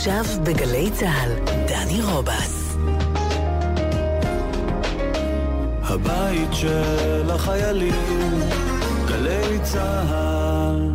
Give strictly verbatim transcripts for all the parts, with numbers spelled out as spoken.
עכשיו בגלי צהל, דני רובס. הבית של החיילים, גלי צהל.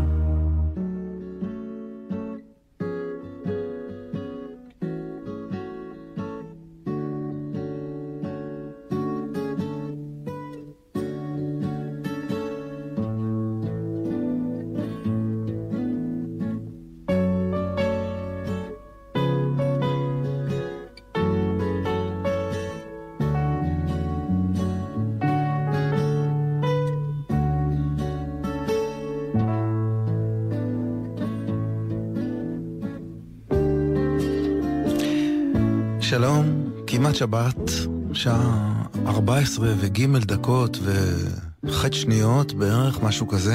שלום, כמעט שבת, שעה ארבע עשרה וג' דקות וחצי שניות בערך, משהו כזה.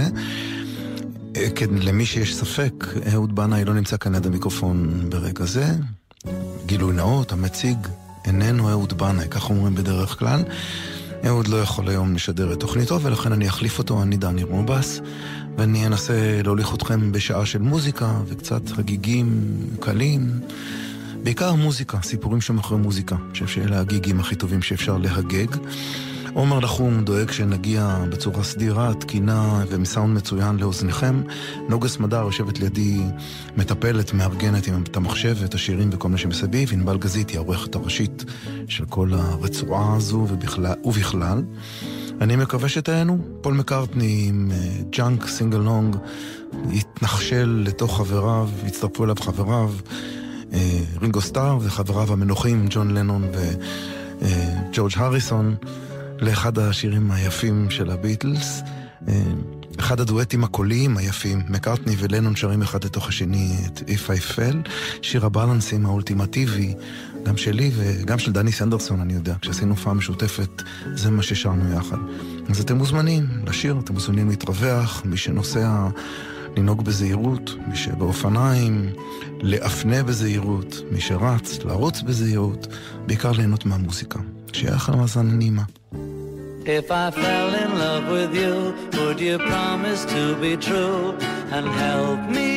כן, למי שיש ספק, אהוד בנאי לא נמצא כאן עד המיקרופון ברגע זה. גילוי נאות, המציג איננו אהוד בנאי, כך אומרים בדרך כלל. אהוד לא יכול היום לשדר את תוכניתו, ולכן אני אחליף אותו, אני דני רובס, ואני אנסה להוליך אתכם בשעה של מוזיקה וקצת הגיגים קלים. בעיקר מוזיקה, סיפורים שמחרי מוזיקה. אני חושב שאלה הגיגים הכי טובים שאפשר להגג. עומר לחום דואג שנגיע בצורה סדירה, תקינה ומסאונד מצוין לאוזניכם. נוגס מדר יושבת לידי, מטפלת, מארגנת עם את המחשב ואת השירים וכל מה שמסביב. ענבל גזית היא העורכת הראשית של כל הרצועה הזו ובכלל, ובכלל. אני מקווה שתהנו. פול מקארטני עם ג'אנק סינגל לונג התנחשל לתוך חבריו, הצטרפו אליו חבריו. רינגו סטאר וחבריו המנוחים ג'ון לנון וג'ורג' הריסון לאחד השירים היפים של הביטלס, אחד הדואטים הקוליים היפים. מקארטני ולנון שרים אחד לתוך השני את If I Fell, שיר הבלנסים האולטימטיבי, גם שלי וגם של דני סנדרסון. אני יודע, כשעשינו הופעה משותפת זה מה ששרנו יחד. אז אתם מוזמנים לשיר, אתם מוזמנים להתרווח, מי שנוסע לנהוג בזהירות, מי שבאופניים לאפנה בזהירות, מי שרץ לרוץ בזהירות, בעיקר ליהנות מהמוזיקה. שיהיה לכם מאזן נעימה. If I fell in love with you, would you promise to be true and help me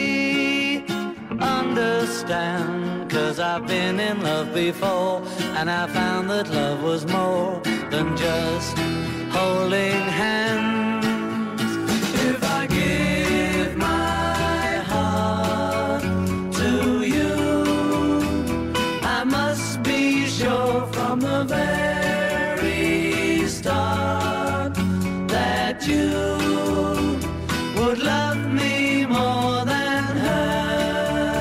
understand? 'Cause I've been in love before and I found that love was more than just holding hands. If I give my heart to you, I must be sure from the very start that you would love me more than her.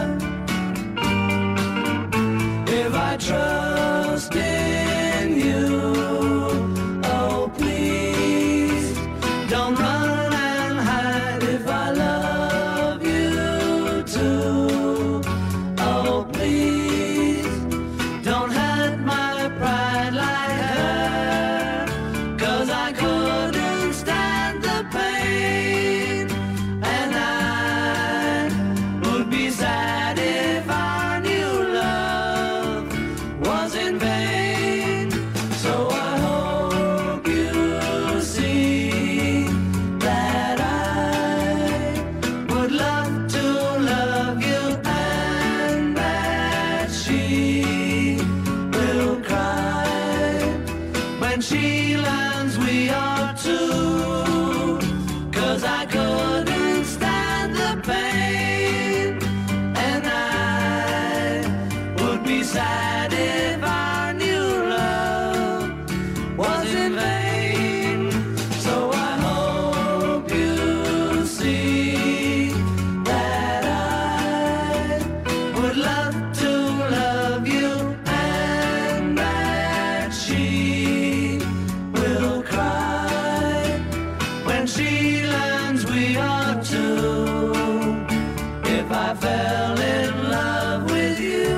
If I trust in you, oh please don't run and hide. If I love you too, oh please don't hurt my pride like her. 'Cause I couldn't stand the pain, and I would be sad if I knew love was in vain. So I hope you see that I would love to love you, and that she will cry when she learns we are two. 'Cause I couldn't stand the pain, and I would be sad if I knew love was in vain. So I hope you see that I would love to love you, and that she will cry when she learns we are two. If I fell in love with you.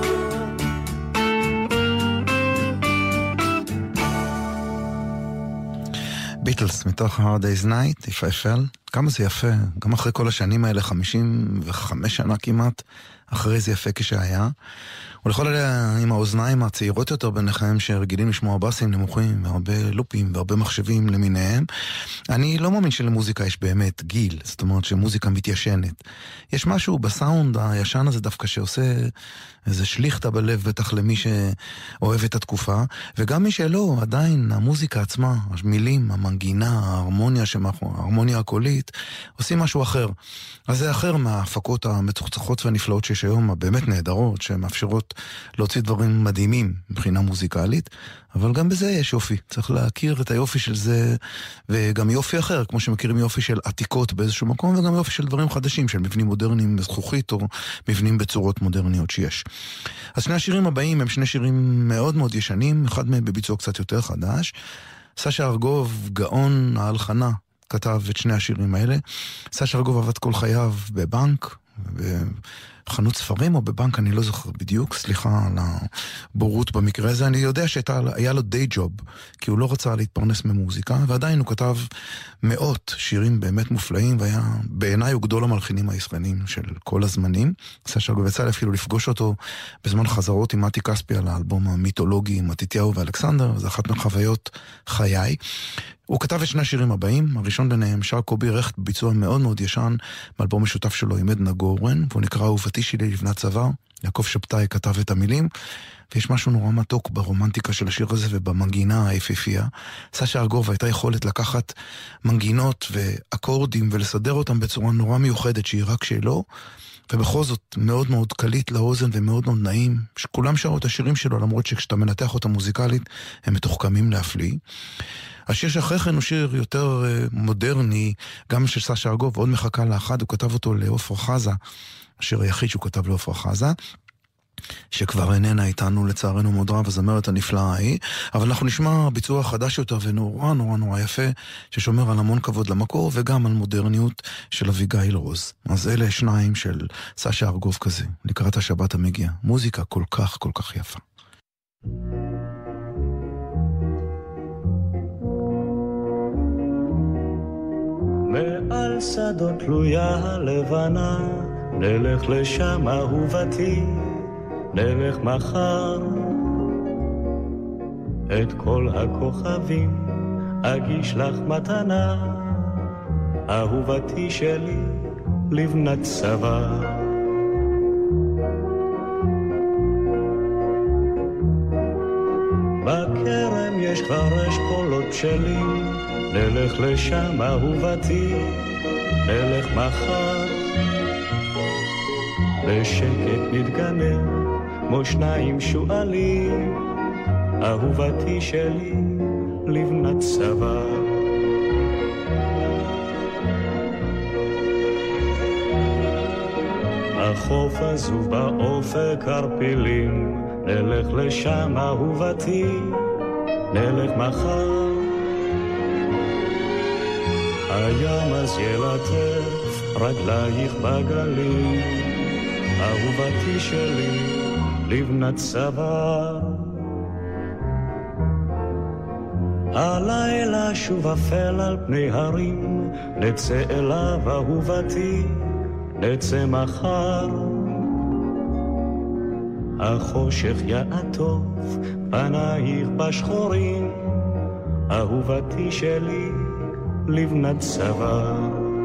ביטלס מתוך Hard Day's Night, If I Fell. כמה זה יפה, גם אחרי כל השנים האלה, חמישים וחמש שנה כמעט, אחרי זה יפה כשהיה. ולכל אלה עם האוזניים הצעירות יותר ביניכם שרגילים לשמוע בסים נמוכים והרבה לופים והרבה מחשבים למיניהם, אני לא מאמין שלמוזיקה יש באמת גיל, זאת אומרת שמוזיקה מתיישנת. יש משהו בסאונד הישן הזה דווקא שעושה איזה שליחתה בלב בטח למי שאוהב את התקופה, וגם מי שלא, עדיין המוזיקה עצמה, המילים, המנגינה, ההרמוניה שמאחור, ההרמוניה הקולית, עושים משהו אחר. אז זה אחר מההפקות המצוחצחות והנפלאות שיש היום, הבאמת נהדרות, שמאפשרות להוציא דברים מדהימים מבחינה מוזיקלית, אבל גם בזה יש יופי. צריך להכיר את היופי של זה, וגם יופי אחר, כמו שמכירים יופי של עתיקות באיזשהו מקום, וגם יופי של דברים חדשים, של מבנים מודרניים בזכוכית, או מבנים בצורות מודרניות שיש. אז שני השירים הבאים הם שני שירים מאוד מאוד ישנים, אחד מהם בביצוע קצת יותר חדש. סשה ארגוב, גאון ההלחנה, כתב את שני השירים האלה. סשה ארגוב עבד כל חייו בבנק, בחנות ספרים או בבנק, אני לא זוכר בדיוק, סליחה על הבורות במקרה הזה. אני יודע שהיה לו די ג'וב, כי הוא לא רצה להתפרנס ממוזיקה, ועדיין הוא כתב מאות שירים באמת מופלאים, והיה בעיניי הוא גדול המלחינים הישראלים של כל הזמנים. סשה ארגוב יצא אפילו לפגוש אותו בזמן חזרות עם מתי כספי על האלבום המיתולוגי עם מתתיהו ואלכסנדר, זה אחת מחוויות חיי. הוא כתב את שני השירים הבאים, הראשון ביניהם שר קובי רכט בביצוע מאוד מאוד ישן, באלבום משותף שלו עם עדנה גורן, והוא נקרא אהובתי שלי לבנת צוואר. יעקב שבתאי כתב את המילים, ויש משהו נורא מתוק ברומנטיקה של השיר הזה ובמנגינה היפיפייה. סשה ארגוב הייתה יכולת לקחת מנגינות ואקורדים ולסדר אותם בצורה נורא מיוחדת שהיא רק שלו, ובכל זאת מאוד מאוד קליט לאוזן ומאוד מאוד נעים, שכולם שרו את השירים שלו, למרות שכשאתה מנתח אותה מוזיקלית הם מתוחכמים להפליא. השיר שאחרי כן הוא שיר יותר מודרני, גם של סשה ארגוב, עוד מחכה לאחד, הוא כתב אותו לעופרה חזה, השיר היחיד שהוא כתב לעופרה חזה, שכבר איננה איתנו לצערנו מאוד רב, הזמרת הנפלאה ההיא, אבל אנחנו נשמע ביצוע חדש יותר ונורא נורא נורא יפה, ששומר על המון כבוד למקור וגם על מודרניות של אביגיל רוז. אז אלה שניים של סשה ארגוב כזה, לקראת השבת המגיע. מוזיקה כל כך כל כך יפה. מעל שדות תלויה הלבנה, נלך לשם אהובתי, נלך מחר. את כל הכוכבים אגיש לך מתנה, אהובתי שלי לבנת צוואר. בכרם יש כבר אשכולות בשלים, נלך לשם אהובתי, נלך מחר. בשקט נתגנב כמו שניים שואלים, אהובתי שלי לבנת צוואר. החוף עזוב באופק ערפילים, נלך לשם אהובתי, נלך מחר. הים אז ילטף רגלייך בגלים, אהובתי שלי לבנת צוואר. הלילה שוב אפל על פני הרים, נצא אליו אהובתי, נצא מחר. החושך יעטוף פנייך בשחורים, אהובתי שלי לבנת צוואר.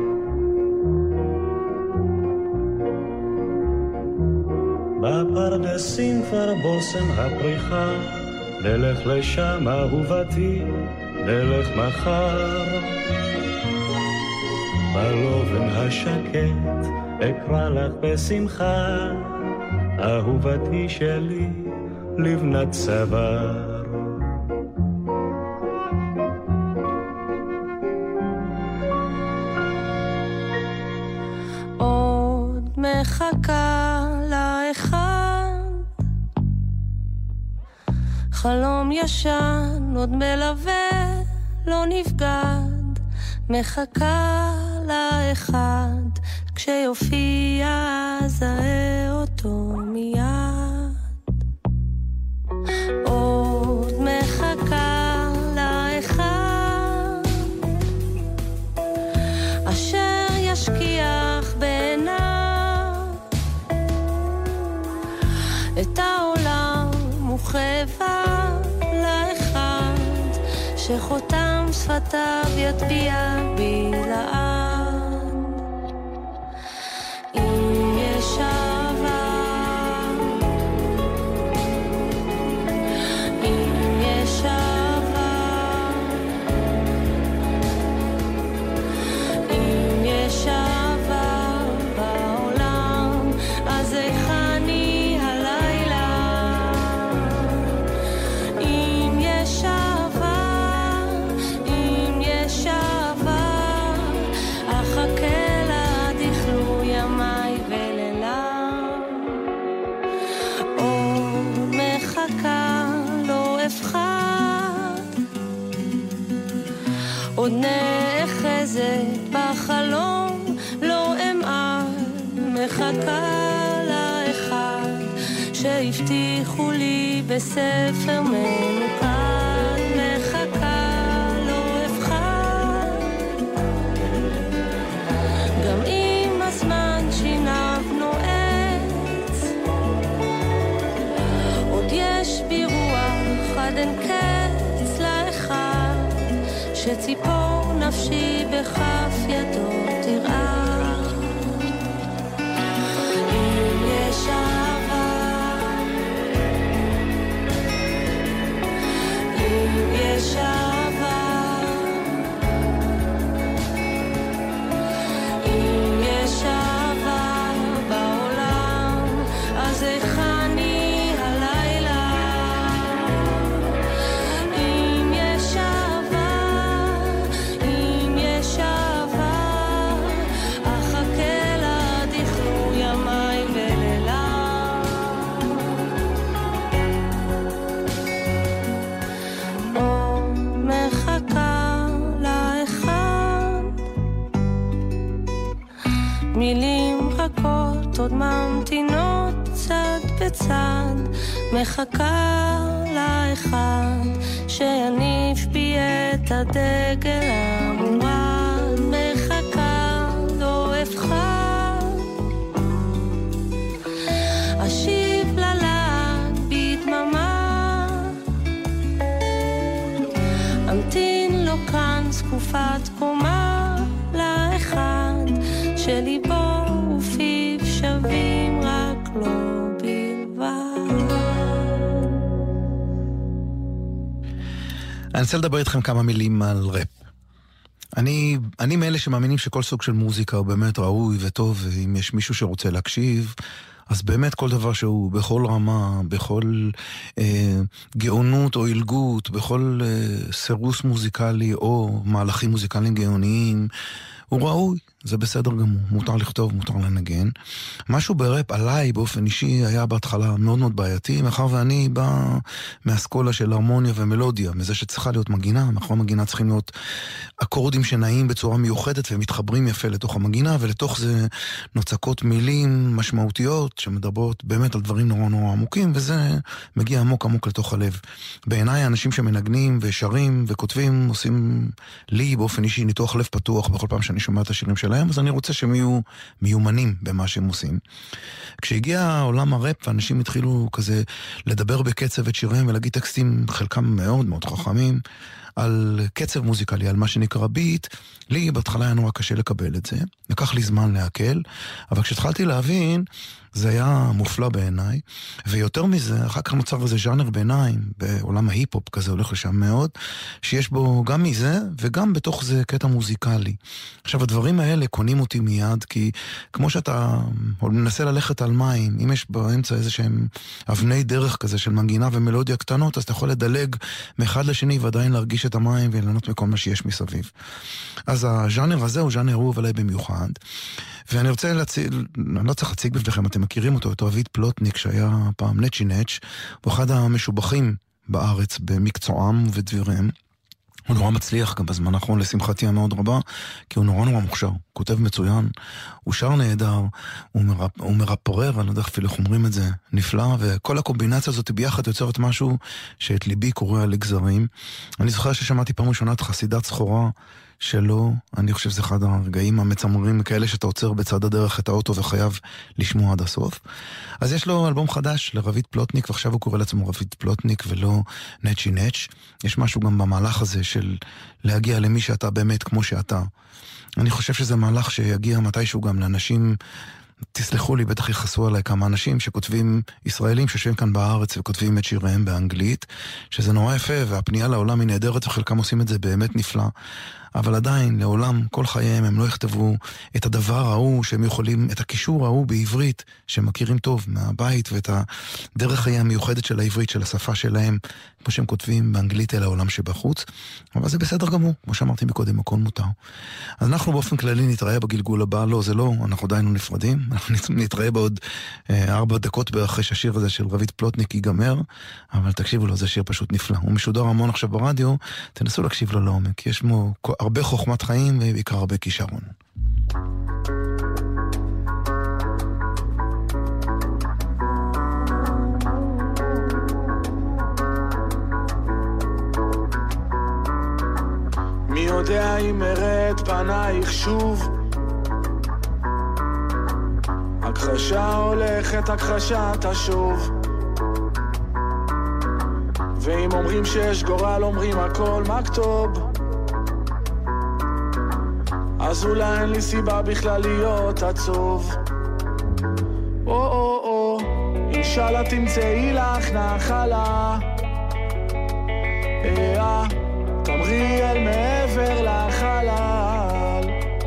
בפרדסים כבר בוסם הפריחה, נלך לשם אהובתי, נלך מחר. בלובן השקט אקרא לך בשמחה, אהובתי שלי לבנת צוואר. עוד מחכה לאחד, חלום ישן עוד מלווה לא נבגד, מחכה לאחד, כשיופיע זהה אותו מיד. עוד מחכה לאחד, אשר ישכיח בעיניו וחותם שפתיו יטביע בי לעד. אם יש אהבה, אם יש אהבה, אם יש אהבה בעולם, אז איך אני הלילה? אם יש אהבה, אם יש אהבה, אחכה לה דכלו ימי ולילה. עוד מחכה לא אבחר, עוד נאחזת בחלום לא אמעד, מחכה לאחד שהבטיחו לי בספר מנוקד, מחכה לא אבחר, גם אם הזמן שיניו נועץ, עוד יש בי רוח עד אין קץ לאחד שציפור נפשי בכף ידו תראה. אם יש אהבה, אם יש אהבה, אם יש אהבה בעולם, אז איך אני הלילה? אם יש אהבה, אם יש אהבה, אחכה לה דכלו ימי ולילה. עוד מחכה לאחד, מילים רכות עוד ממתינות צד בצד, מחכה לאחד שיניף בי את הדגל המורד, מחכה לא אבחר, אשיב ללעד בדממה, אמתין לו כאן זקופת קומה לאחד שליבו ופיו שווים רק לו בלבד. אני רוצה לדבר איתכם כמה מילים על ראפ. אני, אני מאלה שמאמינים שכל סוג של מוזיקה הוא באמת ראוי וטוב, ואם יש מישהו שרוצה להקשיב, אז באמת כל דבר שהוא בכל רמה, בכל אה, גאונות או הילגות, בכל אה, סירוס מוזיקלי או מהלכים מוזיקליים גאוניים, הוא ראוי, זה בסדר גמור, מותר לכתוב, מותר לנגן. משהו בראפ עליי באופן אישי היה בהתחלה מאוד מאוד בעייתי, מאחר ואני בא מהסקולה של הרמוניה ומלודיה, מזה שצריכה להיות מגינה, מאחורי מגינה צריכים להיות אקורדים שנעים בצורה מיוחדת ומתחברים יפה לתוך המגינה, ולתוך זה נוצקות מילים משמעותיות שמדברות באמת על דברים נורא נורא עמוקים, וזה מגיע עמוק עמוק לתוך הלב. בעיניי אנשים שמנגנים ושרים וכותבים עושים לי באופן אישי ניתוח לב פתוח בכל פעם שאני שומע את השירים שלהם, אז אני רוצה שהם יהיו מיומנים במה שהם עושים. כשהגיע עולם הראפ, ואנשים התחילו כזה לדבר בקצב את שיריהם ולהגיד טקסטים, חלקם מאוד מאוד חכמים, על קצב מוזיקלי, על מה שנקרא ביט, לי בהתחלה היה נורא קשה לקבל את זה, לקח לי זמן להקל, אבל כשהתחלתי להבין, זה היה מופלא בעיניי, ויותר מזה, אחר כך נוצר איזה ז'אנר ביניים, בעולם ההיפ-הופ כזה הולך לשם מאוד, שיש בו גם מזה, וגם בתוך זה קטע מוזיקלי. עכשיו, הדברים האלה קונים אותי מיד, כי כמו שאתה מנסה ללכת על מים, אם יש באמצע איזה שהם אבני דרך כזה של מנגינה ומלודיה קטנות, אז אתה יכול לדלג מאחד לשני, ועדיין להרגיש את המים ולנות מכל מה שיש מסביב. אז הז'אנר הזה הוא ז'אנר אהוב עליי במיוחד, ואני רוצה להציג, אני לא צריך להציג בפניכם, אתם מכירים אותו, את רביד פלוטניק, שהיה פעם נצ'י נץ', הוא אחד המשובחים בארץ במקצועם ודביריהם. הוא נורא מצליח גם בזמן האחרון, לשמחתי המאוד רבה, כי הוא נורא נורא מוכשר, הוא כותב מצוין, הוא שר נהדר, הוא, מרפ, הוא מרפרר, אני לא יודע אפילו איך אומרים את זה, נפלא, וכל הקומבינציה הזאת ביחד יוצרת משהו שאת ליבי קורא לגזרים. אני זוכר ששמעתי פעם ראשונה את חסידת סחורה, שלו, אני חושב שזה אחד הרגעים המצמרים כאלה שאתה עוצר בצד הדרך את האוטו וחייב לשמוע עד הסוף. אז יש לו אלבום חדש לרבית פלוטניק, ועכשיו הוא קורא לעצמו רבית פלוטניק ולא נצ'י נצ'. יש משהו גם במהלך הזה של להגיע למי שאתה באמת כמו שאתה. אני חושב שזה מהלך שיגיע מתישהו גם לאנשים, תסלחו לי, בטח יחסו עליי כמה אנשים שכותבים, ישראלים שיושבים כאן בארץ וכותבים את שיריהם באנגלית, שזה נורא יפה, והפנייה לעולם היא נהדרת, וחלקם עושים את זה באמת נפלא. אבל עדיין, לעולם, כל חייהם הם לא יכתבו את הדבר ההוא שהם יכולים, את הקישור ההוא בעברית, שהם מכירים טוב מהבית, ואת הדרך חיי המיוחדת של העברית, של השפה שלהם, כמו שהם כותבים באנגלית אל העולם שבחוץ. אבל זה בסדר גמור, כמו שאמרתי מקודם, הכל מותר. אז אנחנו באופן כללי נתראה בגלגול הבא, לא, זה לא, אנחנו עדיין לא נפרדים, אנחנו נתראה בעוד אה, ארבע דקות אחרי שהשיר הזה של רבית פלוטניק ייגמר, אבל תקשיבו לו, זה שיר פשוט נפלא. הוא משודר המון עכשיו ברדיו, תנסו להקשיב לו לעומק, יש מו הרבה חוכמת חיים ובעיקר הרבה כישרון. מי יודע אם אראה את פנייך שוב, הכחשה הולכת, הכחשה תשוב, ואם אומרים שיש גורל אומרים הכל מכתוב, אז אולי אין לי סיבה בכלל להיות עצוב. או או או, אינשאללה תמצאי לך נחלה, אה, תמרי אל מעבר לחלל,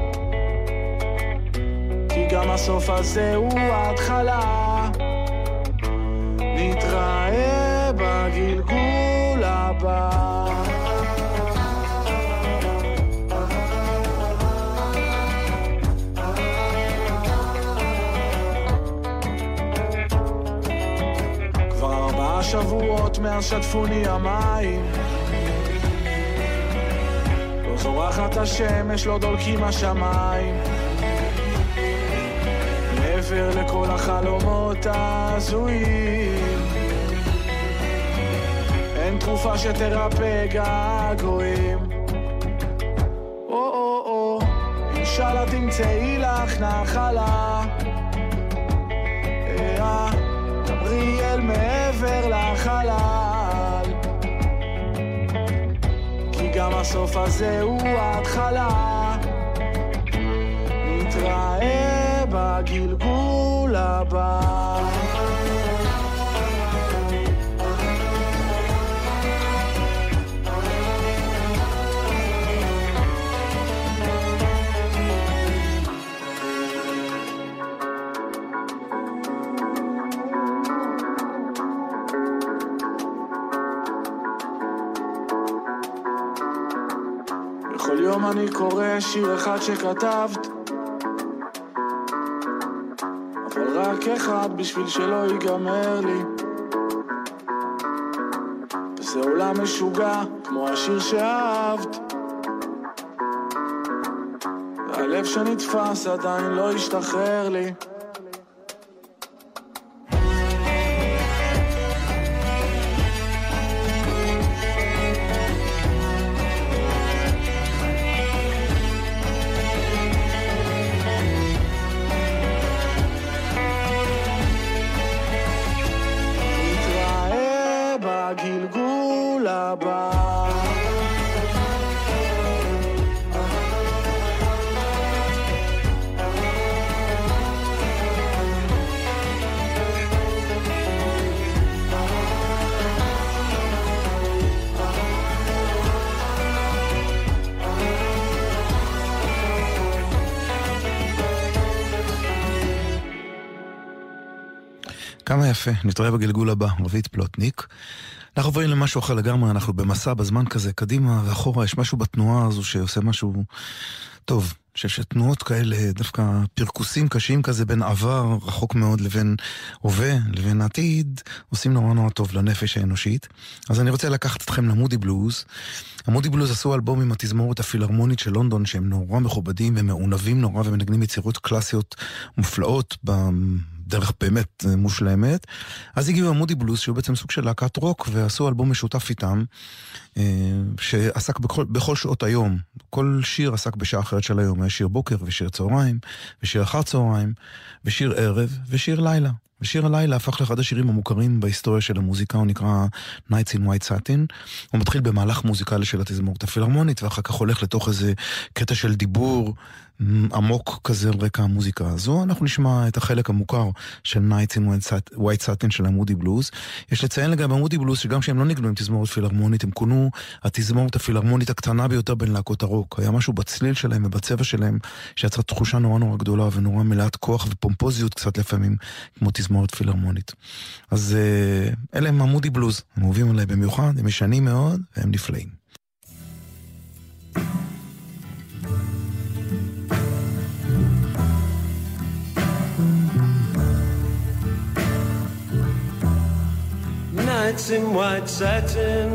כי גם הסוף הזה הוא ההתחלה. נתראה בגלגול הבא. שבועות מאז שטפוני המים, לא זורחת השמש, לא דולקים השמיים, מעבר לכל החלומות הזויים אין תרופה שתרפא געגועים. או או או, אינשאללה תמצאי לך נחלה, אה, תמרי אל מעבר לחלל, כי גם הסוף הזה הוא ההתחלה. נתראה בגלגול הבא. כל יום אני קורא שיר אחד שכתבת, אבל רק אחד בשביל שלא ייגמר לי, וזה עולם משוגע כמו השיר שאהבת, והלב שנתפס עדיין לא ישתחרר לי. כמה יפה, נתראה בגלגול הבא, רבית פלוטניק. אנחנו עוברים למשהו אחר לגמרי, אנחנו במסע בזמן כזה, קדימה ואחורה, יש משהו בתנועה הזו שעושה משהו טוב. אני חושב שתנועות כאלה, דווקא פרקוסים קשים כזה בין עבר רחוק מאוד לבין הווה, לבין עתיד, עושים נורא נורא טוב לנפש האנושית. אז אני רוצה לקחת אתכם למודי בלוז. המודי בלוז עשו אלבום עם התזמורת הפילהרמונית של לונדון, שהם נורא מכובדים ומעונבים נורא ומנגנים יצירות קלאסיות מופלאות בדרך באמת מושלמת. אז הגיעו המודי בלוז, שהוא בעצם סוג של להקת רוק, ועשו אלבום משותף איתם, שעסק בכל, בכל שעות היום. כל שיר עסק בשעה אחרת של היום, היה שיר בוקר ושיר צהריים, ושיר אחר צהריים, ושיר ערב ושיר לילה. ושיר הלילה הפך לאחד השירים המוכרים בהיסטוריה של המוזיקה, הוא נקרא Nights in White Satin. הוא מתחיל במהלך מוזיקלי של התזמורת הפילהרמונית, ואחר כך הולך לתוך איזה קטע של דיבור עמוק כזה על רקע המוזיקה הזו. אנחנו נשמע את החלק המוכר של Nights in White Satin של המודי בלוז. יש לציין לגבי המודי בלוז שגם שהם לא ניגנו עם תזמורת פילהרמונית, הם כונו התזמורת הפילהרמונית הקטנה ביותר בין להקות הרוק. היה משהו בצליל שלהם ובצבע שלהם שיצרה תחושה נורא נורא גדולה ונורא מלאת כוח ופומפוזיות קצת לפעמים, כמו תזמורת פילהרמונית. אז אלה הם המודי בלוז, הם אוהבים עליי במיוחד, הם משנים מאוד והם נפלאים. Nights in white satin,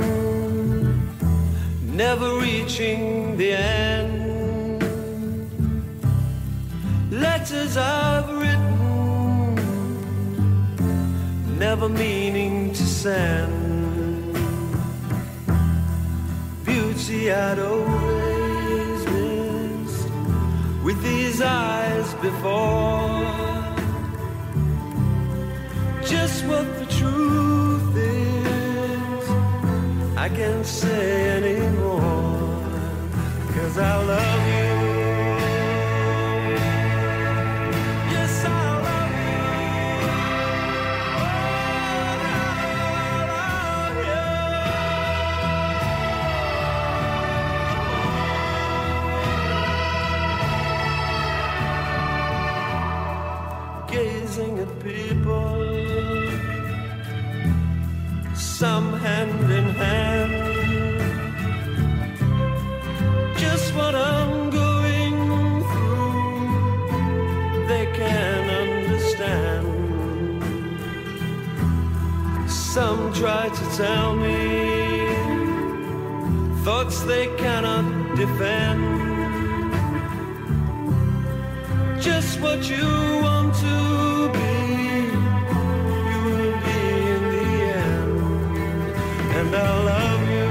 never reaching the end. Letters I've written, never meaning to send. Beauty I'd always missed with these eyes before. Just what the truth is, I can't say anymore, 'cause I love you. Yes, I love you. Oh, I love you. Gazing at people, some hand in hand, just what I'm going through, they can understand. Some try to tell me thoughts they cannot defend. Just what you want to be, you will be in the end. And I love you.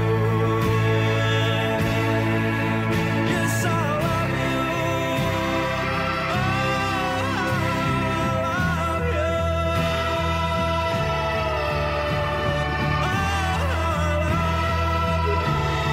Yes, I love you. Oh, I love you. Oh, I love you.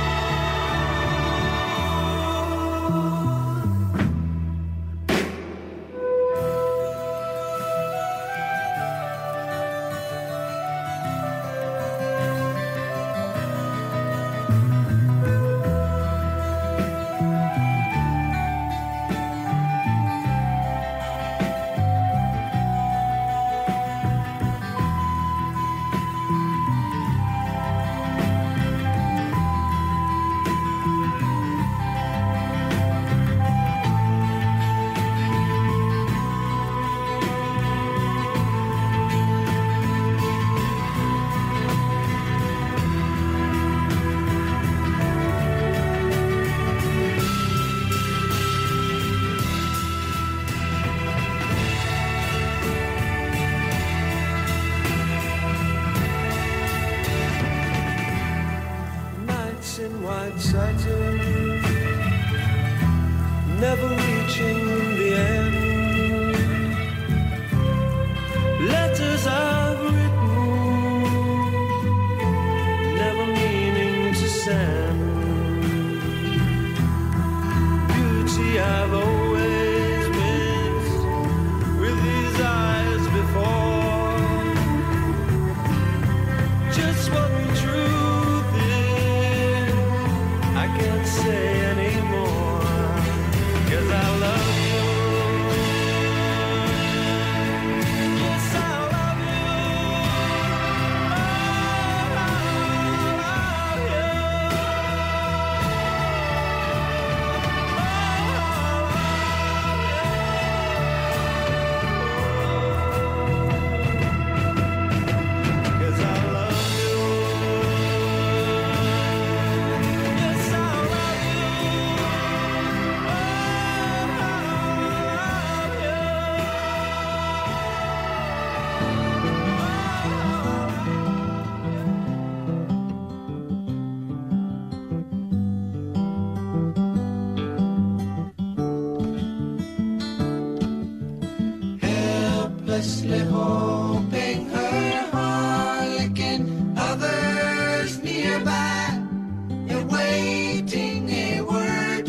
Never reaching the end. Letters I've written, never meaning to send. Beauty I've always missed with these eyes before. Just what the truth is, I can't say anymore, 'cause I wordlessly hoping her harlequin others nearby, awaiting a word,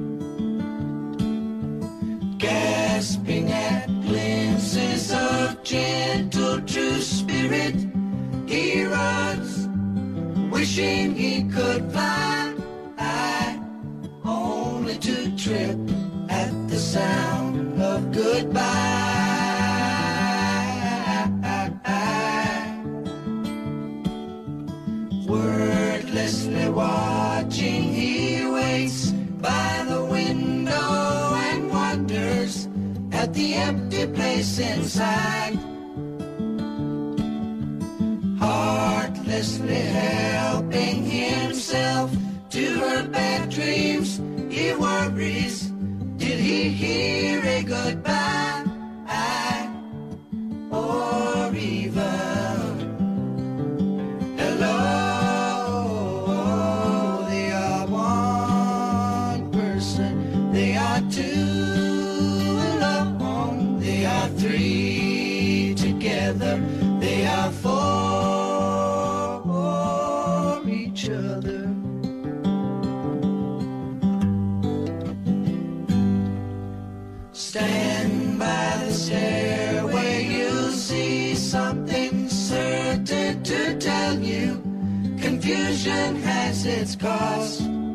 gasping at glimpses of gentle true spirit. He runs, wishing he could fly, only to trip at the sound of goodbye. Wordlessly watching, he waits by the window and wonders at the empty place inside. Heartlessly helping himself to her bad dreams, he worries, did he hear a goodbye? Or even hello? They are one person, they are two alone, they are three together, they are four for each other. Stand by the stairway, you'll see something certain to tell you. Confusion has its cost.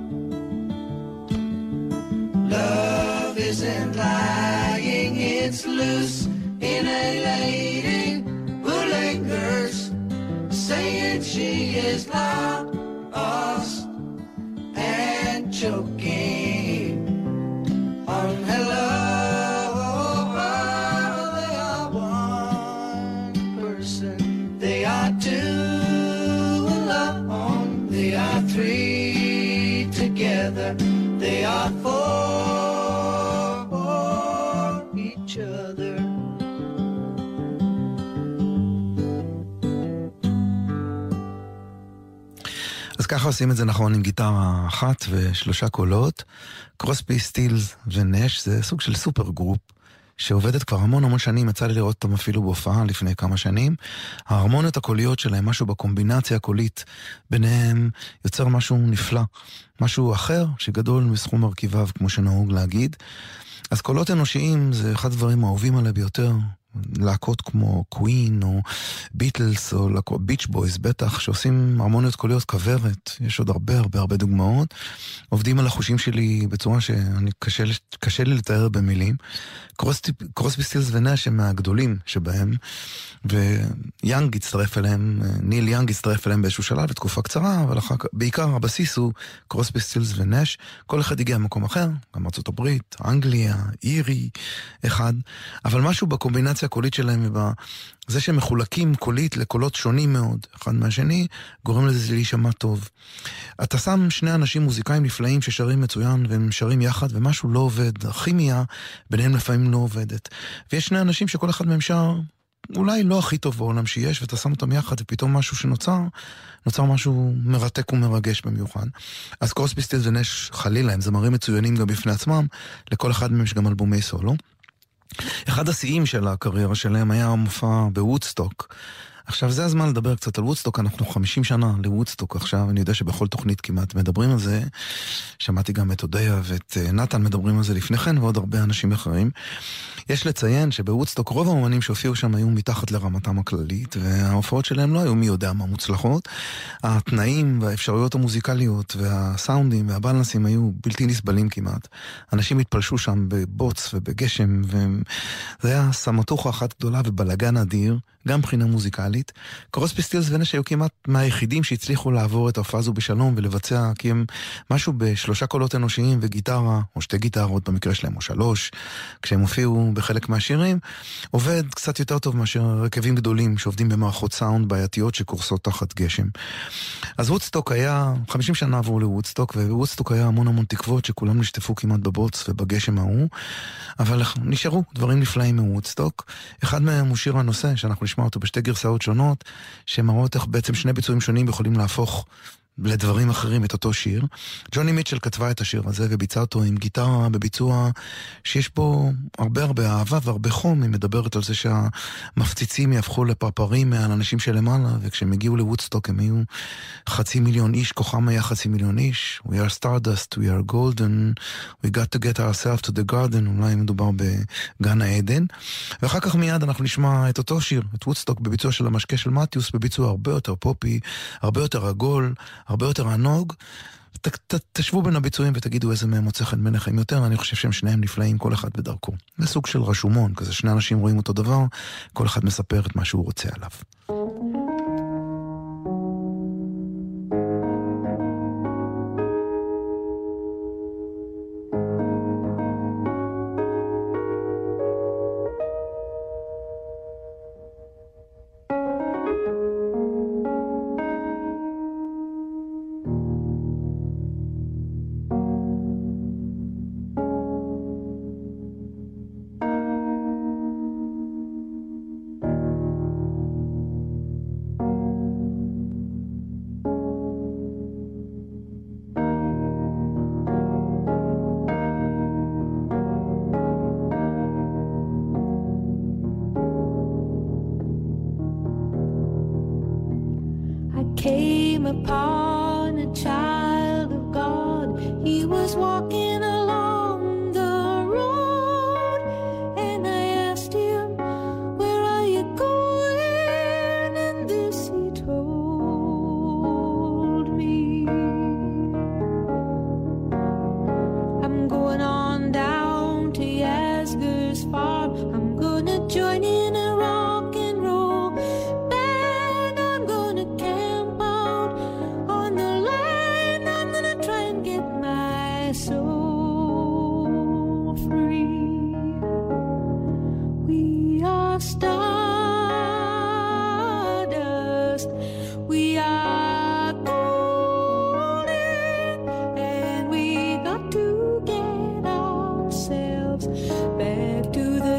Love isn't lying, it's loose in a lady who lingers, saying she is lost and choking on hello. Three together, they are for each other. אז ככה עושים את זה נכון עם גיטרה אחת ושלושה קולות. קרוסבי, סטילס ונש זה סוג של סופר גרופ שעובדת כבר המון המון שנים, יצא לי לראות אותם אפילו בהופעה לפני כמה שנים. ההרמוניות הקוליות שלהם, משהו בקומבינציה הקולית ביניהם, יוצר משהו נפלא, משהו אחר שגדול מסכום מרכיביו, כמו שנהוג להגיד. אז קולות אנושיים זה אחד הדברים האהובים עליי ביותר, להקות כמו קווין או ביטלס או ביץ' בויז בטח, שעושים הרמוניות קוליות כברת. יש עוד הרבה הרבה הרבה דוגמאות. עובדים על החושים שלי בצורה שאני קשה, קשה לי לתאר במילים. קרוסבי, סטילס ונש הם מהגדולים שבהם, ויאנג הצטרף אליהם, ניל יאנג הצטרף אליהם באיזשהו שלב, בתקופה קצרה, אבל אחר, בעיקר הבסיס הוא קרוסבי, סטילס ונש. כל אחד הגיע ממקום אחר, גם ארצות הברית, אנגליה, אירי, אחד, אבל משהו בקומבינציה הקולית שלהם ובזה שהם מחולקים קולית לקולות שונים מאוד אחד מהשני, גורם לזה להישמע טוב. אתה שם שני אנשים מוזיקאים נפלאים ששרים מצוין והם שרים יחד ומשהו לא עובד, הכימיה ביניהם לפעמים לא עובדת, ויש שני אנשים שכל אחד מהם שר אולי לא הכי טוב בעולם שיש, ואתה שם אותם יחד ופתאום משהו שנוצר נוצר משהו מרתק ומרגש במיוחד. אז קרוסבי, סטילס ונש חלילה הם זמרים מצוינים גם בפני עצמם, לכל אחד מהם יש גם אלבומי סולו. אחד השיאים של הקריירה שלהם היה המופע בוודסטוק. עכשיו זה הזמן לדבר קצת על וודסטוק, אנחנו חמישים שנה לוודסטוק עכשיו, אני יודע שבכל תוכנית כמעט מדברים על זה, שמעתי גם את אודיה ואת נתן מדברים על זה לפני כן, ועוד הרבה אנשים אחרים. יש לציין שבוודסטוק רוב האומנים שהופיעו שם היו מתחת לרמתם הכללית, וההופעות שלהם לא היו מי יודע מה מוצלחות. התנאים והאפשרויות המוזיקליות והסאונדים והבלנסים היו בלתי נסבלים כמעט. אנשים התפלשו שם בבוץ ובגשם, וזה היה סמטוחה אחת גדולה ובלגן אדיר, גם בחינה מוזיקלית. קרוסבי, סטילס ונש היו כמעט מהיחידים שהצליחו לעבור את ההופעה הזו בשלום ולבצע, כי הם משהו בשלושה קולות אנושיים וגיטרה, או שתי גיטרות במקרה שלהם, או שלוש, כשהם הופיעו בחלק מהשירים, עובד קצת יותר טוב מאשר רכבים גדולים שעובדים במערכות סאונד בעייתיות שקורסות תחת גשם. אז וודסטוק היה, חמישים שנה עברו לוודסטוק, ווודסטוק היה המון המון תקוות שכולם נשטפו כמעט בבוץ ובגשם ההוא, אבל נשארו דברים נפלאים מוודסטוק. אחד מהם הוא שיר הנושא, שאנחנו נשמע אותו בשתי גרסאות שונות, שמראות איך בעצם שני ביצועים שונים יכולים להפוך לדברים אחרים את אותו שיר. ג'וני מיטשל כתבה את השיר הזה וביצעה אותו עם גיטרה בביצוע שיש בו הרבה הרבה אהבה והרבה חום. היא מדברת על זה שהמפציצים יהפכו לפרפרים מעל אנשים שלמעלה, וכשהם הגיעו לוודסטוק הם היו חצי מיליון איש, כוחם היה חצי מיליון איש. We are stardust, we are golden, we got to get ourselves to the garden. אולי מדובר בגן העדן. ואחר כך מיד אנחנו נשמע את אותו שיר, את וודסטוק בביצוע של המשקה של מתיוס, בביצוע הרבה יותר פופי, הרבה יותר עגול, הרבה יותר ענוג. ת, ת, תשבו בין הביצועים ותגידו איזה מהם מוצא חן בעיניכם יותר. אני חושב שהם שניהם נפלאים, כל אחד בדרכו. זה סוג של רשומון, כזה שני אנשים רואים אותו דבר, כל אחד מספר את מה שהוא רוצה עליו. Came upon a child of God. He was walking along the road, and I asked him, where are you going? And this he told me. I'm going on down to Yasgur's farm. I'm gonna join in a rock and roll band. I'm gonna camp on the line. I'm gonna try and get my soul free. We are stardust, we are golden, and we got to get ourselves back to the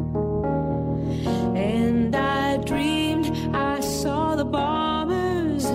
bombers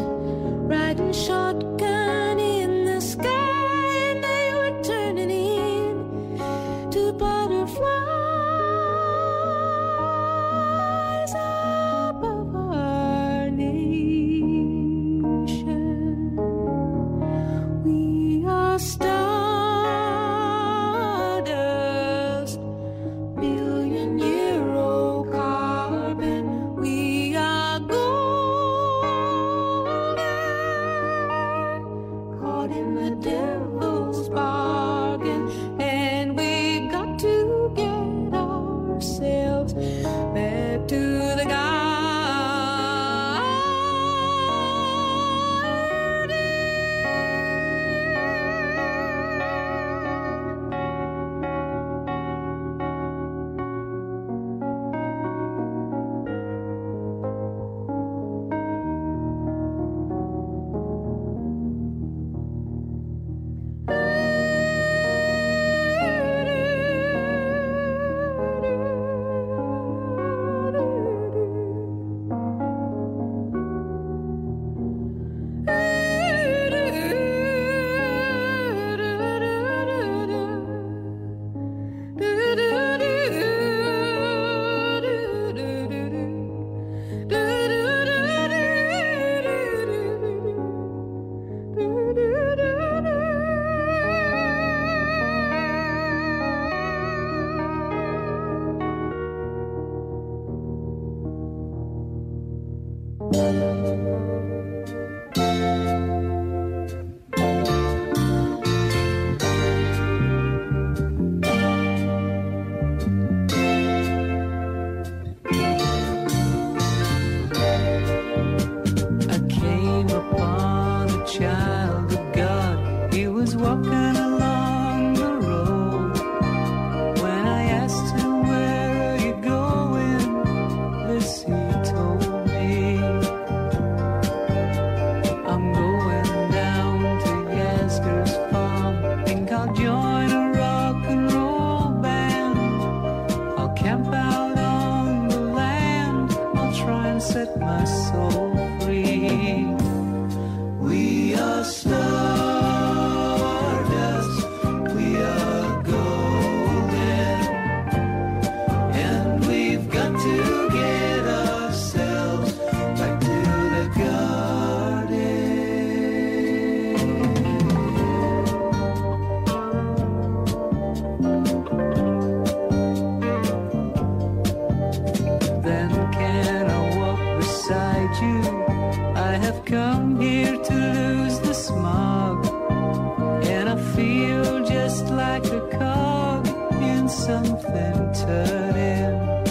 have come here to lose the smog, and I feel just like a cog in something turning.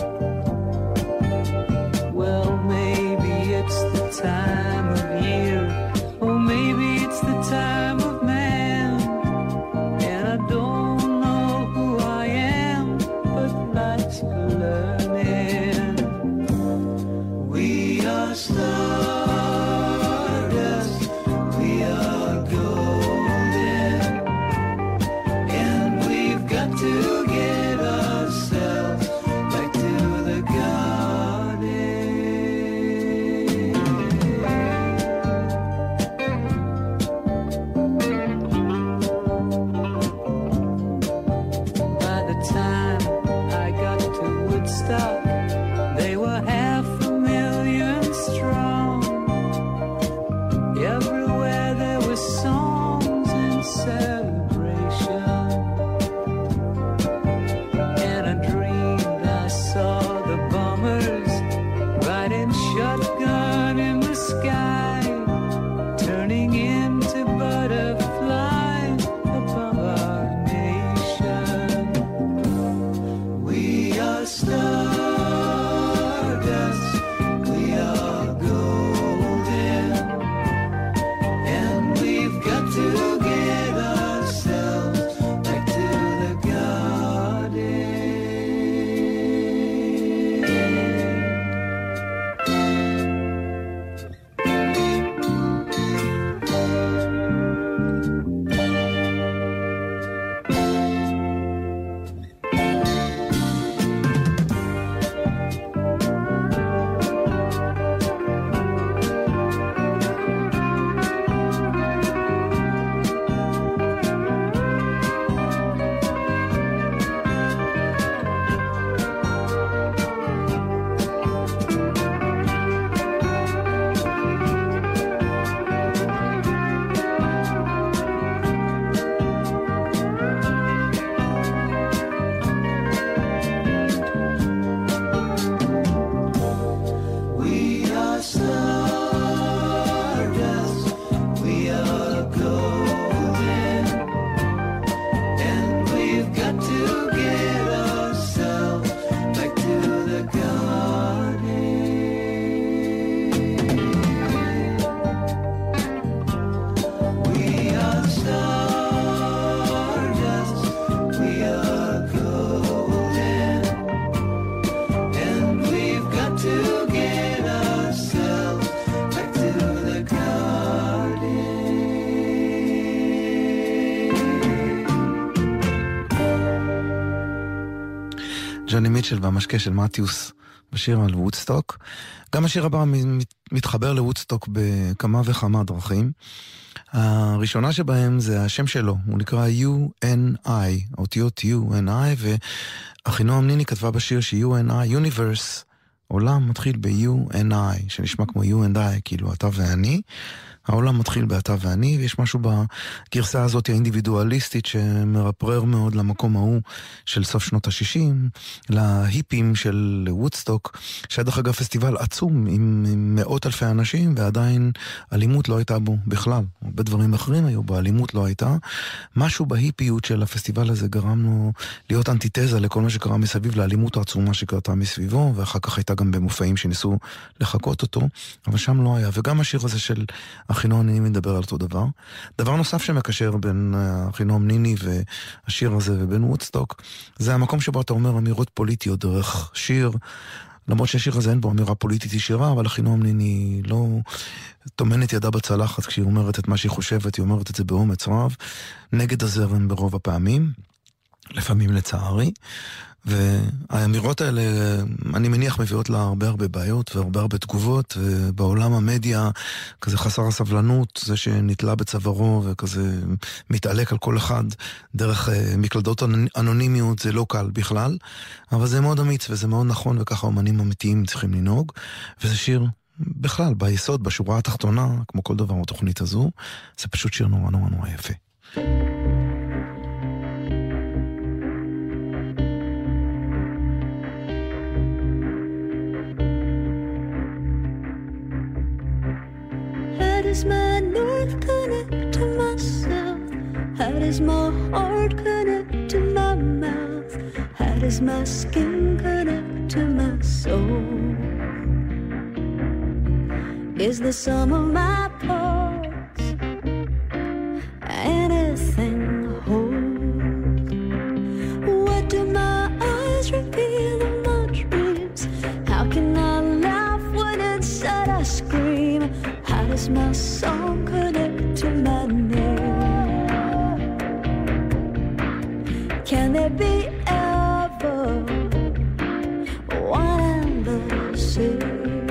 Well, maybe it's the time of year, or maybe it's the time of man, and I don't know who I am, but life's learning. We are stardust, we are golden, and we've got to get ourselves back to the garden. By the time I got to Woodstock, they were half a million strong. Everywhere there were songs and celebration, and I dreamed I saw the bombers riding shotgun in the sky, turning into butterflies above our nation. We are stardust, we are golden, and we've got to get ourselves back to the garden. We are stardust, we are golden, and we've got to get ourselves back to the garden. We are stardust, we are golden, and we've got to get ourselves back to the garden. ג'וני מיטשל והמשקה של מתיוס בשיר על וודסטוק. גם השיר הבא מת- מתחבר לוודסטוק בכמה וכמה דרכים. הראשונה שבהם זה השם שלו, הוא נקרא U N I, אותיות U N I, ואחינועם ניני כתבה בשיר ש-U N I, Universe, עולם מתחיל ב-U N I, שנשמע כמו U and I, כאילו אתה ואני. העולם מתחיל באתה ואני, ויש משהו בגרסה הזאת האינדיבידואליסטית שמרפרר מאוד למקום ההוא של סוף שנות ה-שישים, להיפים של וודסטוק, שדרך אגב פסטיבל עצום עם, עם מאות אלפי אנשים, ועדיין אלימות לא הייתה בו בכלל. הרבה דברים אחרים היו בו, אלימות לא הייתה. משהו בהיפיות של הפסטיבל הזה גרם לו להיות אנטיתזה לכל מה שקרה מסביב, לאלימות העצומה שקרתה מסביבו, ואחר כך הייתה גם במופעים שניסו לחקות אותו, אבל שם לא היה. וגם השיר הזה של אחינועם ניני מדבר על אותו דבר. דבר נוסף שמקשר בין אחינועם ניני והשיר הזה ובין וודסטוק, זה המקום שבו אתה אומר אמירות פוליטיות דרך שיר, למרות שהשיר הזה אין בו אמירה פוליטית ישירה, אבל אחינועם ניני לא תומנת ידה בצלחת כשהיא אומרת את מה שהיא חושבת, היא אומרת את זה באומץ רב, נגד הזרם ברוב הפעמים, לפעמים לצערי, והאמירות האלה, אני מניח, מביאות לה הרבה הרבה בעיות והרבה הרבה תגובות, ובעולם המדיה, כזה חסר הסבלנות, זה שנתלה בצווארו וכזה מתעלק על כל אחד דרך מקלדות אנונימיות, זה לא קל בכלל, אבל זה מאוד אמיץ וזה מאוד נכון, וככה אומנים אמיתיים צריכים לנהוג, וזה שיר בכלל, ביסוד, בשורה התחתונה, כמו כל דבר בתוכנית הזו, זה פשוט שיר נורא נורא נורא יפה. does my north connect to my south? How does my heart connect to my mouth? How does my skin connect to my soul? Is the sum of my parts anything whole? What do my eyes reveal of my dreams? How can I laugh when inside I scream? How does my song connect to my name? Can there be ever one and the same?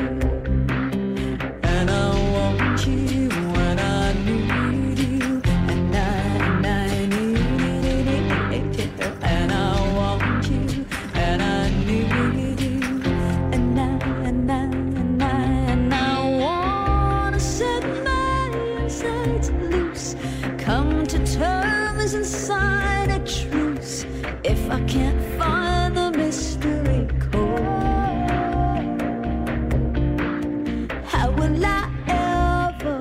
I can't find the mystery code. How will I ever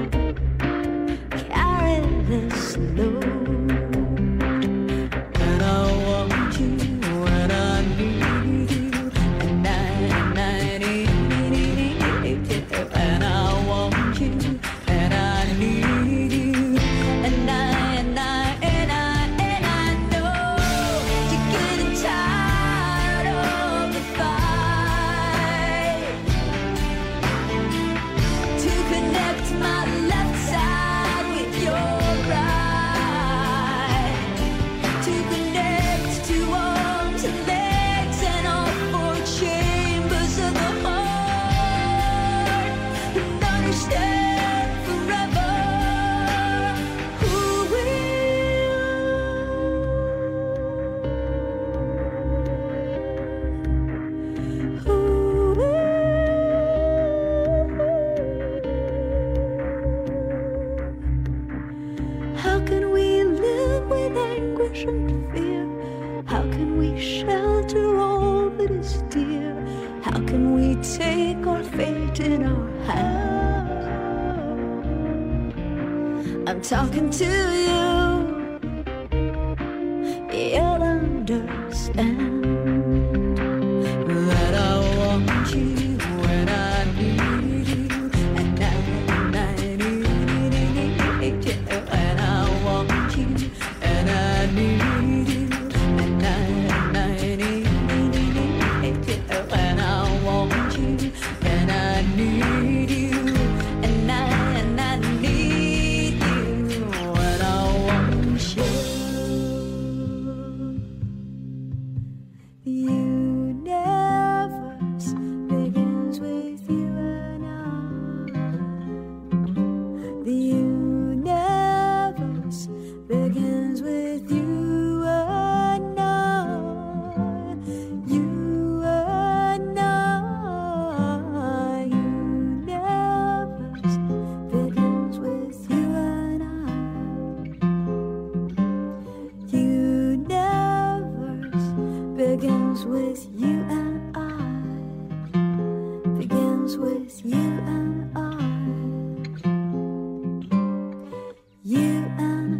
carry this load? And I want you and I need you and I, and I need you and I want you and I need you and I and I and I take our fate in our hands. I'm talking to you, you'll understand that I want you when I need you and I, and I need you and I want you and I need you and I, and I need you and I want you and I need you and I and I need you and I want you. The universe begins with you and I. The universe begins with you and I. You and I. Begins with you and I, begins with you and I, you and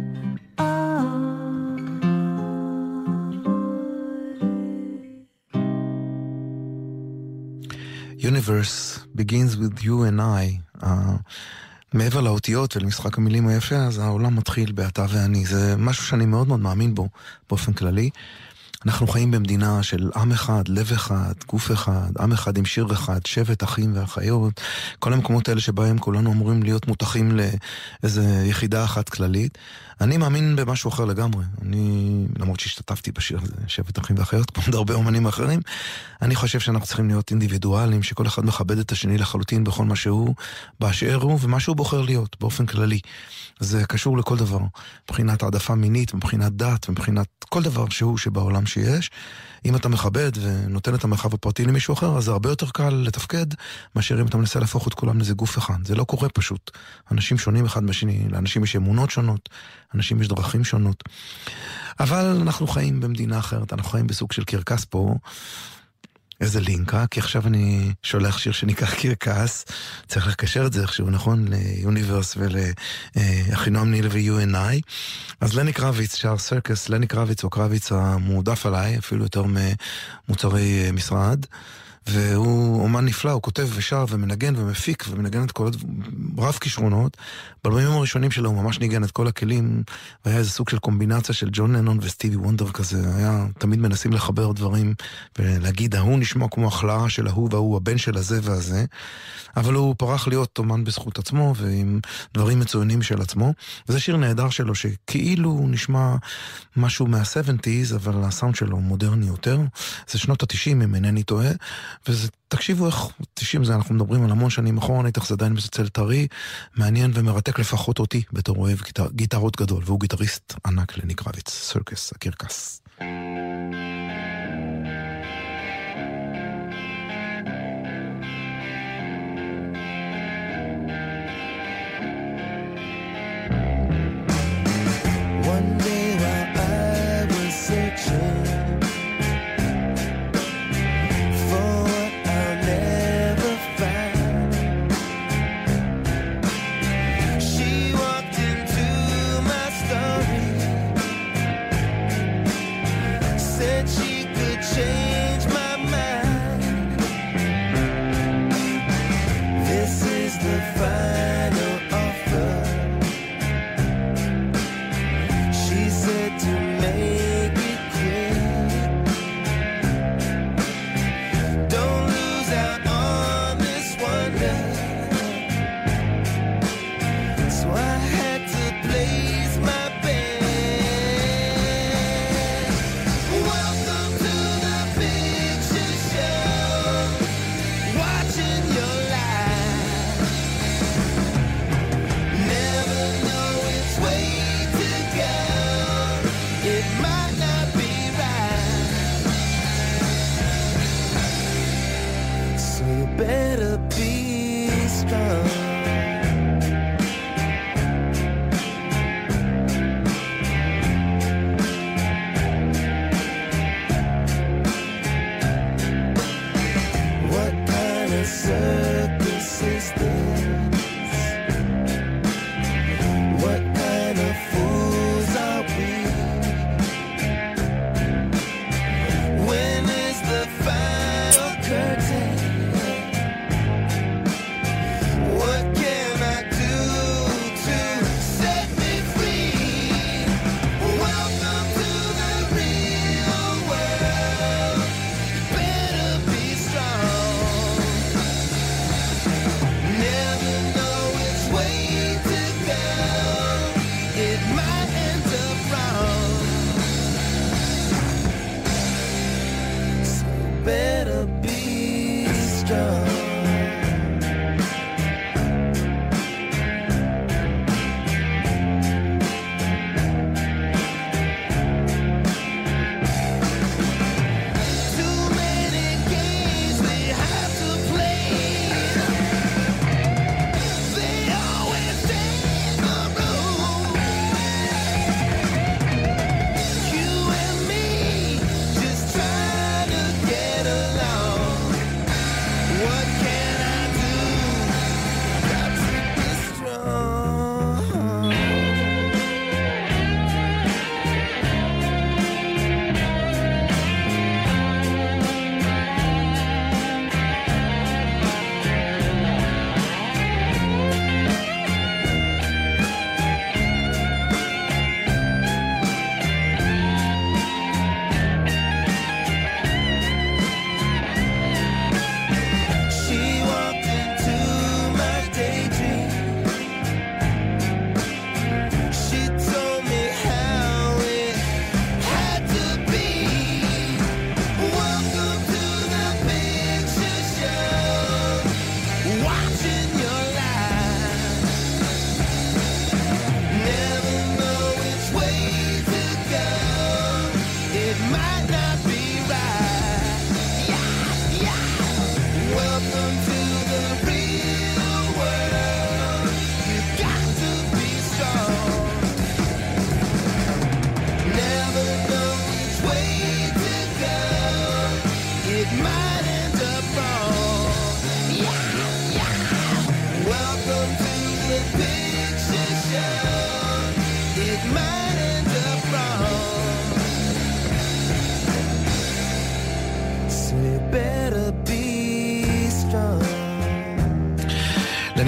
I. Universe begins with you and I. Uh, מעבר לאותיות ולמשחק המילים היפה, אז העולם מתחיל באתה ואני. זה משהו שאני מאוד מאוד מאמין בו באופן כללי. אנחנו חיים במדינה של עם אחד, לב אחד, גוף אחד, עם אחד עם שיר אחד, שבט אחים ואחיות, כל המקומות האלה שבהם כולנו אמורים להיות מותחים לאיזו יחידה אחת כללית. אני מאמין במשהו אחר לגמרי. אני, למרות שהשתתפתי בשיר הזה, שבט אחים ואחיות, כמו הרבה אומנים אחרים, אני חושב שאנחנו צריכים להיות אינדיבידואלים, שכל אחד מכבד את השני לחלוטין בכל מה שהוא, באשר הוא, ומה שהוא בוחר להיות, באופן כללי. זה קשור לכל דבר, מבחינת העדפה מינית, מבחינת דת, מבחינת כל דבר שהוא שבעולם שיש. אם אתה מכבד ונותן את המרחב הפרטי למישהו אחר, אז זה הרבה יותר קל לתפקד, מאשר אם אתה מנסה להפוך את כולם לזה גוף אחד. זה לא קורה פשוט. אנשים שונים אחד משני, לאנשים יש אמונות שונות, אנשים יש דרכים שונות. אבל אנחנו חיים במדינה אחרת, אנחנו חיים בסוג של קרקס פה, איזה לינקה, כי עכשיו אני שולח שיר שניקח קרקס, צריך לקשר את זה איכשהו, נכון? ליוניברס ולאחינועם ניל ו-You and I. אז לני קרביץ שר סרקס, לני קרביץ או קרביץ המועדף עליי, אפילו יותר ממוצרי משרד. והוא אומן נפלא, הוא כותב ושר ומנגן ומפיק ומנגן את כל רב כישרונות. באלבומים הראשונים שלו הוא ממש ניגן את כל הכלים, והיה איזה סוג של קומבינציה של ג'ון לנון וסטיבי וונדר כזה. היה תמיד מנסים לחבר דברים ולהגיד, ההוא נשמע כמו החלאה של ההוא וההוא, הבן של הזה והזה. אבל הוא פרח להיות אומן בזכות עצמו ועם דברים מצוינים של עצמו. וזה שיר נהדר שלו שכאילו הוא נשמע משהו מה-שבעים, אבל הסאונד שלו מודרני יותר. זה שנות ה-תשעים אם אינני טועה. וזה, תקשיבו איך, תשעים זה, אנחנו מדברים על המון שנים אחרונית, איך זה עדיין מצלצל טרי, מעניין ומרתק לפחות אותי, בתור אוהב גיטר, גיטרות גדול, והוא גיטריסט ענק לני קרביץ, סרקס, הקרקס. One day while I was searching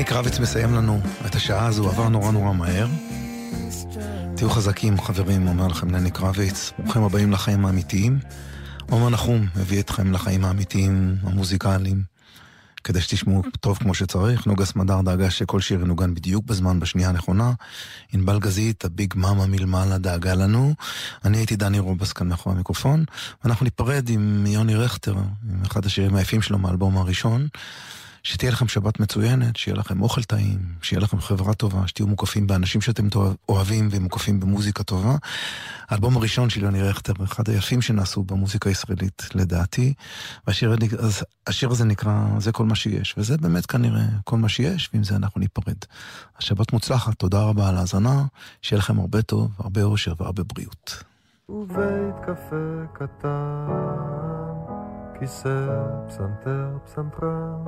קרביץ מסיים לנו את השעה הזו, עבר נורא נורא מהר. תהיו חזקים חברים, אומר לכם דני קרביץ. ברוכים הבאים לחיים האמיתיים. עומר נחום הביא אתכם לחיים האמיתיים המוזיקליים, כדי שתשמעו טוב כמו שצריך. נוגה סמדר דאגה שכל שיר ינוגן בדיוק בזמן, בשנייה הנכונה. ענבל גזית, הביג מאמה מלמעלה, דאגה לנו. אני הייתי דני רובס כאן מאחורי המיקרופון, ואנחנו ניפרד עם יוני רכטר, עם אחד השירים היפים שלו מהאלבום הראשון. שתהיה לכם שבת מצוינת, שיהיה לכם אוכל טעים, שיהיה לכם חברה טובה, שתהיו מוקפים באנשים שאתם אוהבים ומוקפים במוזיקה טובה. האלבום הראשון של יוני רכטר, אחד היפים שנעשו במוזיקה הישראלית לדעתי, והשיר השיר הזה נקרא זה כל מה שיש, וזה באמת כנראה כל מה שיש, ועם זה אנחנו ניפרד. השבת מוצלחת, תודה רבה על ההאזנה, שיהיה לכם הרבה טוב, הרבה אושר והרבה בריאות. ובית קפה קטן, כיסא, פסנתר, פסנתרן,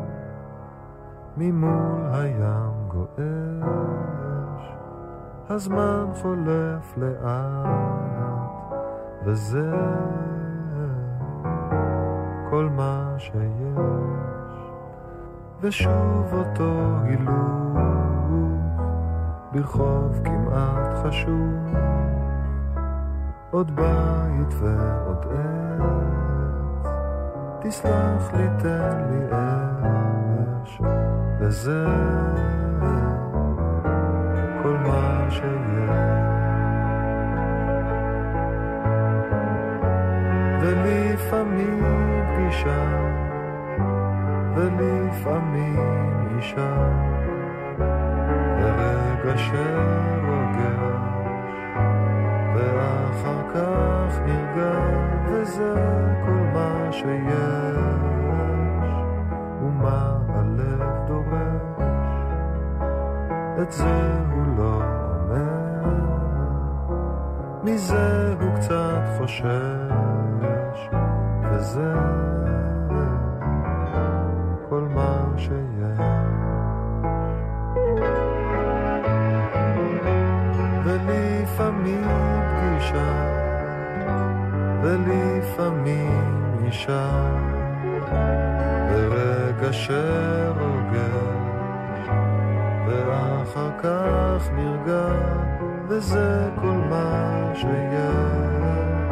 ממול הים גועש, הזמן חולף לאט, וזה כל מה שיש. ושוב אותו הילוך ברחוב כמעט חשוב, עוד בית ועוד עץ, תסלח לי, תן לי אש, וזה כל מה שיש. ולפעמים פגישה, ולפעמים אישה, ורגע שרוגש, ואחר כך נרגע, וזה כל מה שיש. ומה הלב דורש, את זה הוא לא אומר, מזה הוא קצת חושש, וזה כל מה שיש. ולפעמים פגישה, ולפעמים אישה, ברגע שרוגש, ואחר כך נרגע, וזה כל מה שיש.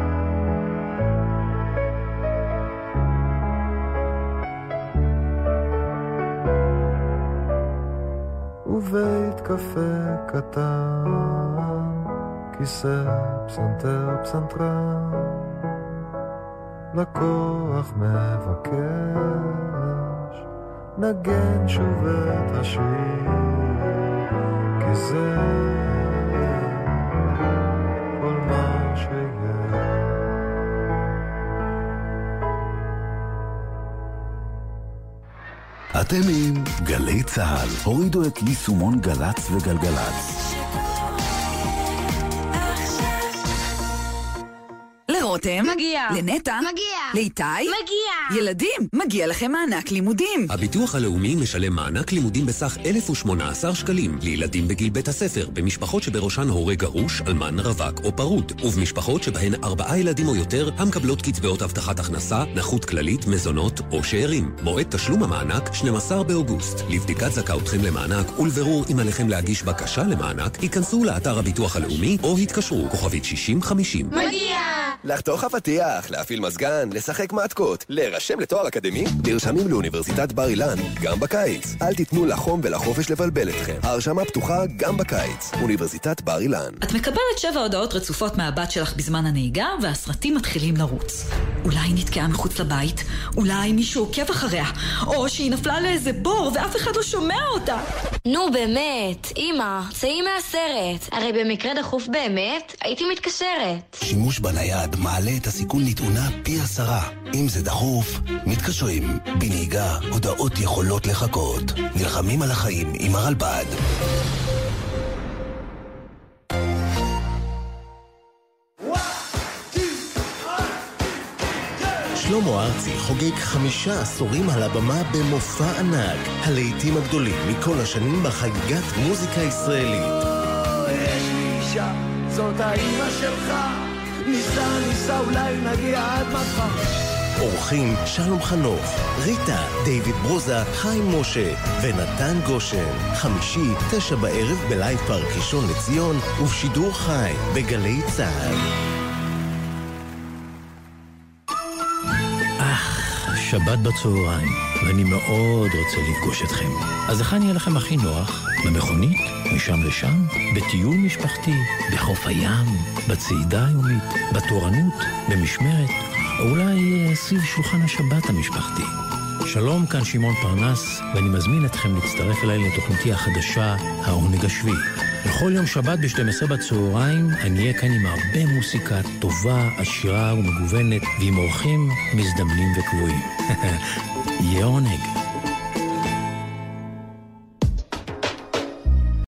ובית קפה קטן, כיסא, פסנתר, פסנתרן, לקוח מבקש, נגן שוב את השיר, כי זה כל מה שיש. אתם עם גלי צהל, הורידו את יישומון גלץ וגלגלץ. לרותם, מגיע. לנטה, מגיע. לאיתי, מגיע. ילדים, מגיע לכם מענק לימודים. הביטוח הלאומי משלם מענק לימודים בסך אלף ושמונה עשר שקלים לילדים בגיל בית הספר, במשפחות שבראשן הורה גרוש, אלמן, רווק או פרוד, ובמשפחות שבהן ארבעה ילדים או יותר המקבלות קצבאות הבטחת הכנסה, נכות כללית, מזונות או שאירים. מועד תשלום המענק שנים עשר באוגוסט. לבדיקת זכאותכם למענק ולברור אם עליכם להגיש בקשה למענק, ייכנסו לאתר הביטוח הלאומי או התקשרו כוכבית שישים חמישים. מגיע! לחתוך הפתיח, להפעיל מזגן, לשחק מעתקות, להירשם לתואר אקדמי, נרשמים לאוניברסיטת בר אילן גם בקיץ. אל תיתנו לחום ולחופש לבלבל אתכם. ההרשמה פתוחה גם בקיץ. אוניברסיטת בר אילן. את מקבלת שבע הודעות רצופות מהבת שלך בזמן הנהיגה, והסרטים מתחילים לרוץ. אולי נתקעה מחוץ לבית, אולי מישהו עוקב אחריה, או שהיא נפלה לאיזה בור ואף אחד לא שומע אותה. נו באמת, אמא, צאי מהסרט. הרי במקרה דחוף באמת, הייתי מתקשרת. שימוש בנייד מעלה את הסיכון לתאונה פי עשרה. אם זה דחוף, מתקשרים. בנהיגה, הודעות יכולות לחכות. נלחמים על החיים עם הרלב"ד. שלמה ארצי חוגג חמישה עשורים על הבמה במופע ענק. הלהיטים הגדולים מכל השנים בחגיגת מוזיקה ישראלית. יש לי אישה, זאת האמא שלך, ניסה ניסה אולי נגיע עד מחר. אורחים שלום חנוך, ריטה, דיוויד ברוזה, חיים משה ונתן גושן. חמישי, תשע בערב בלייב פארק ראשון לציון ובשידור חי בגלי צהל. שבת בצהריים, ואני מאוד רוצה לפגוש אתכם. אז איך אני לכם הכי נוח? במכונית, משם לשם, בטיול משפחתי, בחוף הים, בצעידה היומית, בתורנות, במשמרת, או אולי סביב שולחן השבת המשפחתי. שלום, כאן שמעון פרנס, ואני מזמין אתכם להצטרף אליי לתוכניתי החדשה, העונג השביעי. בכל יום שבת ב-שתים עשרה בצהריים אני אהיה כאן עם הרבה מוסיקה טובה, עשירה ומגוונת, ועם אורחים מזדמנים וקבועים. יהיה עונג.